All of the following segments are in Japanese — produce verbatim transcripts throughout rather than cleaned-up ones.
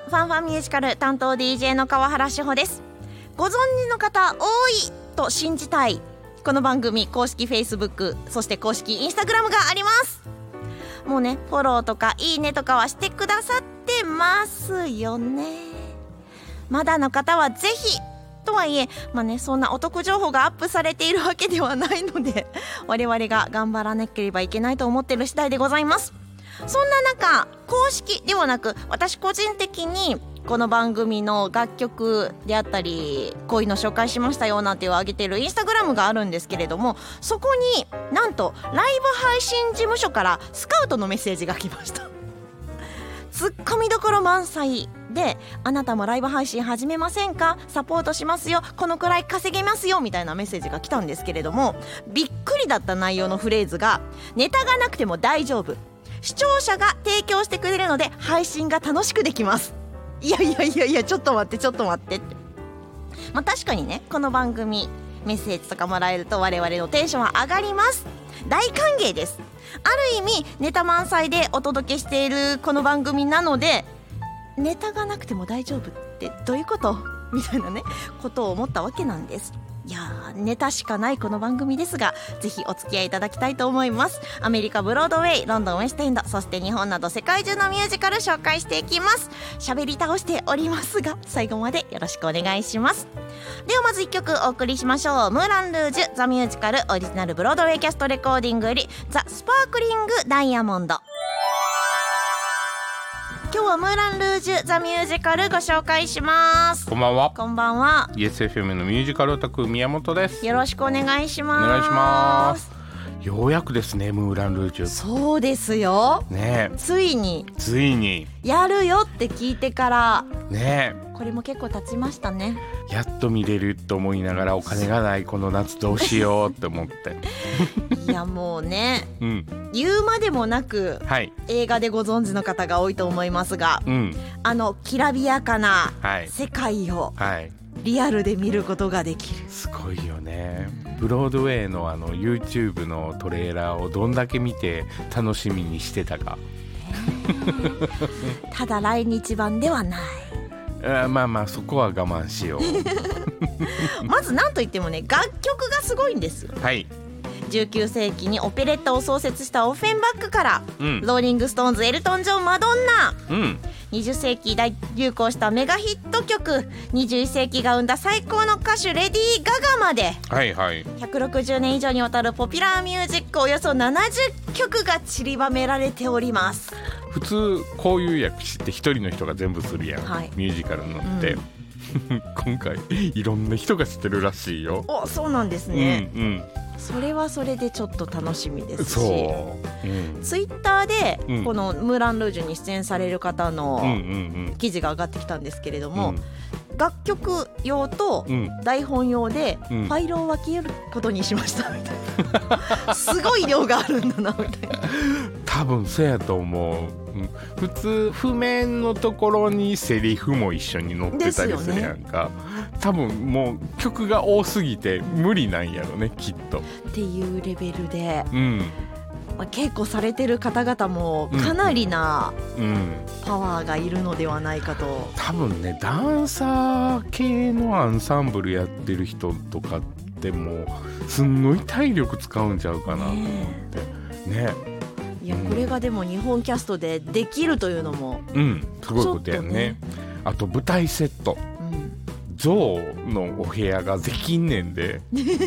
ファンファンミュージカル担当 ディージェー の川原志保です。ご存知の方多いと信じたいこの番組、公式 Facebook そして公式 Instagram があります。もうね、フォローとかいいねとかはしてくださってますよね。まだの方はぜひとはいえ、まあね、そんなお得情報がアップされているわけではないので我々が頑張らなければいけないと思っている次第でございます。そんな中、公式ではなく私個人的にこの番組の楽曲であったりこういうの紹介しましたよなんていう上げてるインスタグラムがあるんですけれども、そこになんとライブ配信事務所からスカウトのメッセージが来ました。ツッコミどころ満載で、あなたもライブ配信始めませんか、サポートしますよ、このくらい稼げますよみたいなメッセージが来たんですけれども、びっくりだった内容のフレーズが、ネタがなくても大丈夫、視聴者が提供してくれるので配信が楽しくできます。いやいやいやいや、ちょっと待ってちょっと待ってって、まあ、確かにね、この番組メッセージとかもらえると我々のテンションは上がります。大歓迎です。ある意味ネタ満載でお届けしているこの番組なので、ネタがなくても大丈夫ってどういうことみたいなねことを思ったわけなんです。いやー、ネタしかないこの番組ですが、ぜひお付き合いいただきたいと思います。アメリカブロードウェイ、ロンドンウェストエンド、そして日本など世界中のミュージカル紹介していきます。喋り倒しておりますが、最後までよろしくお願いします。ではまずいっきょくお送りしましょう。ムーランルージュザミュージカルオリジナルブロードウェイキャストレコーディングよりザ・スパークリング・ダイヤモンド。今日はムーランルージュザミュージカルご紹介します。 こんばんは。 こんばんは。 イエスエフエム のミュージカルオタク宮本です。 よろしくお願いします。 お願いします。ようやくですね、ムーランルージュ。 そうですよね。ついについにやるよって聞いてからね、 これも結構経ちましたね。 やっと見れると思いながら、お金がないこの夏どうしようって思っていやもうね、 うん、 言うまでもなく、はい、映画でご存知の方が多いと思いますが、うん、あのきらびやかな世界をリアルで見ることができる、はい、 すごいよね。ブロードウェイのあの YouTube のトレーラーをどんだけ見て楽しみにしてたかただ来日版ではない。 あ、まあまあそこは我慢しようまず何といってもね、楽曲がすごいんですよ。はい、じゅうきゅうせいきにオペレッタを創設したオフェンバックから、うん、ローリングストーンズ、エルトン・ジョン、マドンナ、うん、にじゅっせいき大流行したメガヒット曲、にじゅういっせいきが生んだ最高の歌手レディー・ガガまで、はいはい、ひゃくろくじゅうねん以上にわたるポピュラーミュージックおよそななじゅっきょくが散りばめられております。 普通こういう役詞って一人の人が全部するやん、はい、ミュージカルのって、うん今回いろんな人が知ってるらしいよ。 お、そうなんですね、うんうん、それはそれでちょっと楽しみですし、そう、うん、ツイッターでこのムーランルージュに出演される方の記事が上がってきたんですけれども、うんうんうん、楽曲用と台本用でファイルを分けることにしましたみたいなすごい量があるんだなみたいな多分そうやと思う。普通譜面のところにセリフも一緒に載ってたりするやんか、ね、多分もう曲が多すぎて無理なんやろね、きっとっていうレベルで、うんまあ、稽古されてる方々もかなりなパワーがいるのではないかと、うんうん、 多分ね、ダンサー系のアンサンブルやってる人とかってもうすんごい体力使うんちゃうかなと思ってね。ね、 いや、これがでも日本キャストでできるというのも、 うん、すごいことや ね, ねあと舞台セット、うん、ゾウのお部屋ができんねんで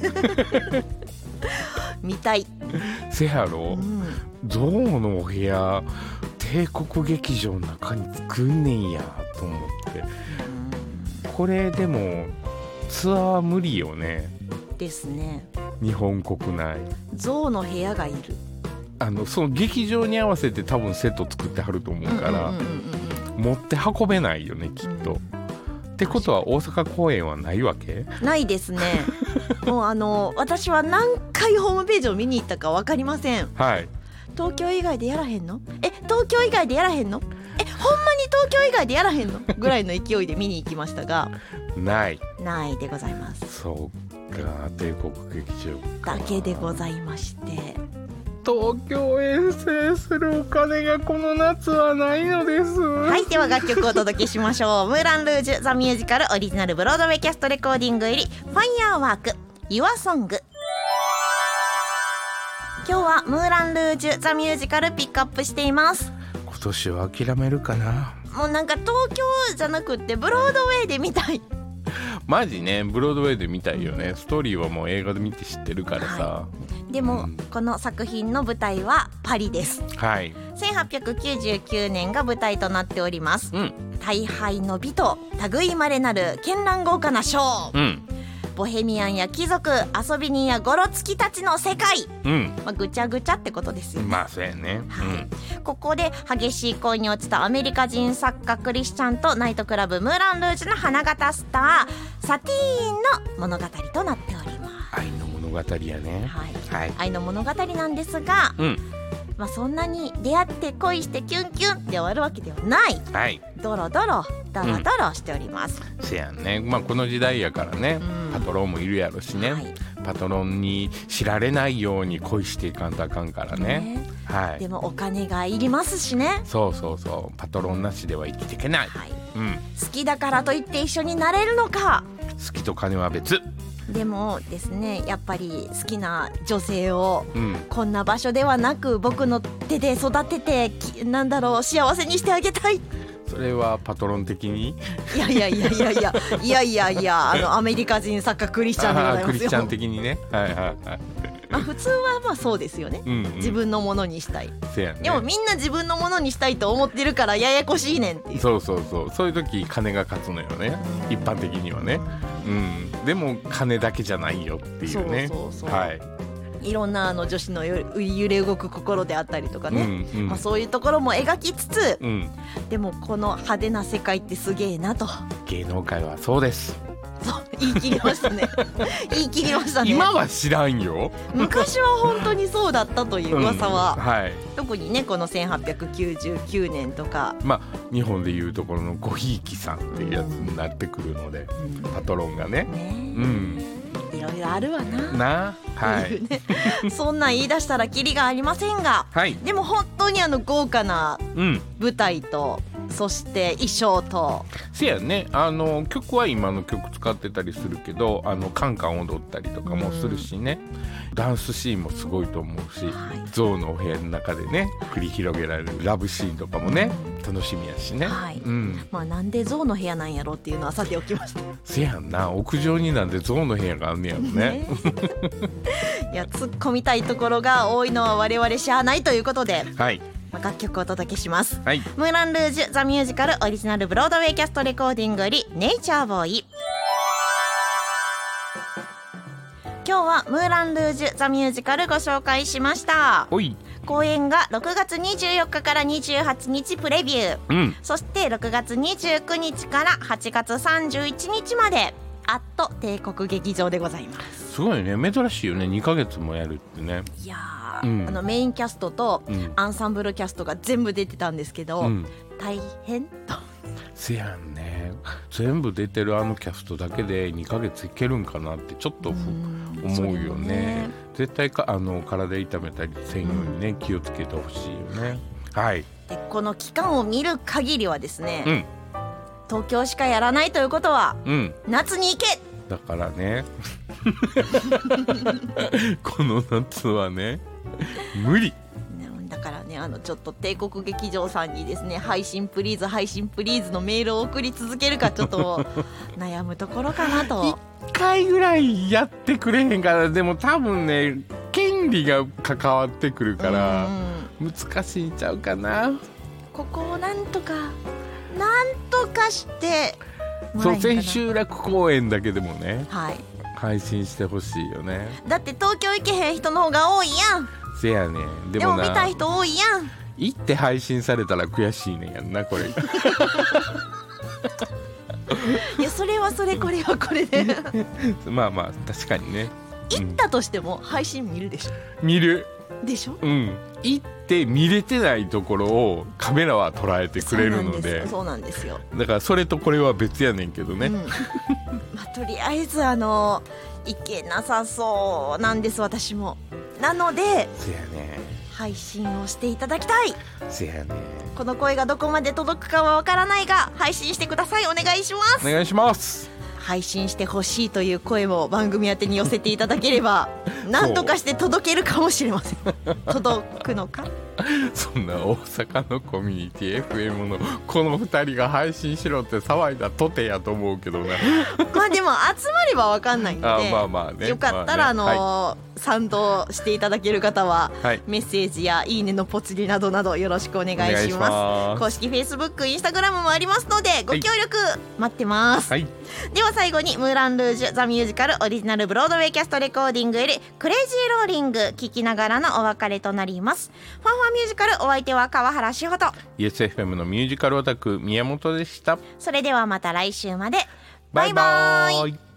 見たい。 せやろ、うん、ゾウのお部屋帝国劇場の中に作んねんやと思って、うん、これでもツアー無理よね。 ですね。 日本国内ゾウの部屋がいる。 あのその劇場に合わせて多分セット作ってはると思うから、持って運べないよねきっと、うん、ってことは大阪公演はないわけ？ ないですねもうあの私は何回ホームページを見に行ったか分かりません。はい。東京以外でやらへんの？え、東京以外でやらへんの？え、ほんまに東京以外でやらへんの？ぐらいの勢いで見に行きましたがないないでございます。 そうか、帝国劇場だけでございまして、 東京遠征するお金がこの夏はないのです。 はい、では楽曲をお届けしましょう。ムーランルージュザミュージカルオリジナルブロードウェイキャストレコーディング入りファイヤーワーク Your Song。 今日はムーランルージュザミュージカルピックアップしています。 今年は諦めるかな。 もうなんか東京じゃなくってブロードウェイで見たい。 マジね、ブロードウェイで見たいよね。ストーリーはもう映画で見て知ってるからさ、 はい、でも、うん、この作品の舞台はパリです。 はい、 せんはっぴゃくきゅうじゅうきゅうねんが舞台となっております、うん、大敗の美と類まれなる絢爛豪華なショー、うん、ボヘミアンや貴族遊び人やゴロつきたちの世界、うんまあ、ぐちゃぐちゃってことですよね。 まあそうやね、 はいうん、ここで激しい恋に落ちたアメリカ人作家クリスチャンとナイトクラブムーランルージュの花形スターサティーンの物語となっております。 愛の物語やね、 はいはい、愛の物語なんですが、うんまあ、そんなに出会って恋してキュンキュンで終わるわけではない、はい、ドロドロドロドロしております、 うん、せやね、まあ、この時代やからね、うん、パトロンもいるやろしね、はい、パトロンに知られないように恋していかんとあかんからね、ねはい、 でもお金がいりますしね。 そうそうそう、パトロンなしでは生きていけない、はいうん、 好きだからといって一緒になれるのか。 好きと金は別でもですね、やっぱり好きな女性を、うん、こんな場所ではなく僕の手で育ててなんだろう幸せにしてあげたい。 それはパトロン的にいやいやいやいやいやいやいやいやあのアメリカ人作家クリスチャンでございますよ。 クリスチャン的にね、はいはいはいまあ、普通はまあそうですよね、うんうん、自分のものにしたい、ね、でもみんな自分のものにしたいと思ってるからややこしいねんっていう。 そうそうそう、そういう時金が勝つのよね、うん、一般的にはね、うん、でも金だけじゃないよっていうね。 そうそうそう、 はい、 いろんなあの女子の揺れ動く心であったりとかね、うんうんまあ、そういうところも描きつつ、うん、でもこの派手な世界ってすげえなと。芸能界はそうです。 そう言い切りましたね言い切りましたね。 今は知らんよ昔は本当にそうだったという噂は、 うんはい、 特にねこのせんはっぴゃくきゅうじゅうきゅうねんとか、 まあ日本でいうところのごひいきさんっていうやつになってくるので、うん、パトロンがね、ねうんいろいろあるわなな、はい、 ね、そんなん言い出したらキリがありませんが、はい、でも本当にあの豪華な舞台と、うん、そして衣装とせやね、あの曲は今の曲使ってたりするけどあのカンカン踊ったりとかもするしね、うん、ダンスシーンもすごいと思うし、はい、ゾウのお部屋の中でね繰り広げられるラブシーンとかもね、うん、楽しみやしね、はいうんまあ、なんでゾウの部屋なんやろっていうのはさておきました。 せやんな、屋上になんでゾウの部屋があんねやろねねいや突っ込みたいところが多いのは我々しゃあないということで、はいまあ、楽曲をお届けします、はい、ムーランルージュザミュージカルオリジナルブロードウェイキャストレコーディングよりネイチャーボーイ。今日はムーランルージュザミュージカルご紹介しました。おい公演がろくがつにじゅうよっかからにじゅうはちにちプレビュー、うん、そしてろくがつにじゅうくにちからはちがつさんじゅういちにちまでアット帝国劇場でございます。 すごいね、珍しいよね、にかげつもやるってね。 いやー、うん、あのメインキャストとアンサンブルキャストが全部出てたんですけど、うん、大変とせやんね、全部出てるあのキャストだけでにかげついけるんかなってちょっと思うよ ね, ね絶対かあの体痛めたりせんようにね、うん、気をつけてほしいよね、はい、 でこの期間を見る限りはですね、うん、東京しかやらないということは、うん、夏に行けだからねこの夏はね無理だからね、あのちょっと帝国劇場さんにですね配信プリーズ配信プリーズのメールを送り続けるかちょっと悩むところかなといっかいぐらいやってくれへんから。でも多分ね権利が関わってくるから難しいんちゃうかな。 ここをなんとかなんとかしてそう千秋楽公演だけでもね、はい、配信してほしいよね。 だって東京行けへん人の方が多いやん。 せやねん。でもな、 でも見たい人多いやん。 行って配信されたら悔しいねんやんなこれいやそれはそれこれはこれでまあまあ確かにね、 行ったとしても配信見るでしょ。 見るでしょ。うん行って見れてないところをカメラは捉えてくれるので、 そうなんですよ。 だからそれとこれは別やねんけどね、うんまあ、とりあえずあの行けなさそうなんです私も。なのでそうやね配信をしていただきたい。 せやね。 この声がどこまで届くかはわからないが配信してください。お願いします。 お願いします。 配信してほしいという声も番組宛てに寄せていただければ何とかして届けるかもしれません。届くのか。 そんな大阪のコミュニティ エフエム のこのふたりが配信しろって騒いだとてやと思うけどな。 まあでも集まれば分かんないんで、 あまあまあね、 よかったらあの、 まあね、は賛同していただける方は、 はい、 メッセージやいいねのポチリなどなどよろしくお願いします。 お願いします。 公式 Facebook、Instagram もありますのでご協力待ってます、はい、では最後にムーラン・ルージュ・ザ・ミュージカルオリジナルブロードウェイキャストレコーディングよりクレイジーローリング聴きながらのお別れとなります。ファンファンミュージカル、お相手は川原志穂とイーエスエフエム のミュージカルオタク宮本でした。 それではまた来週まで。 バイバーイ。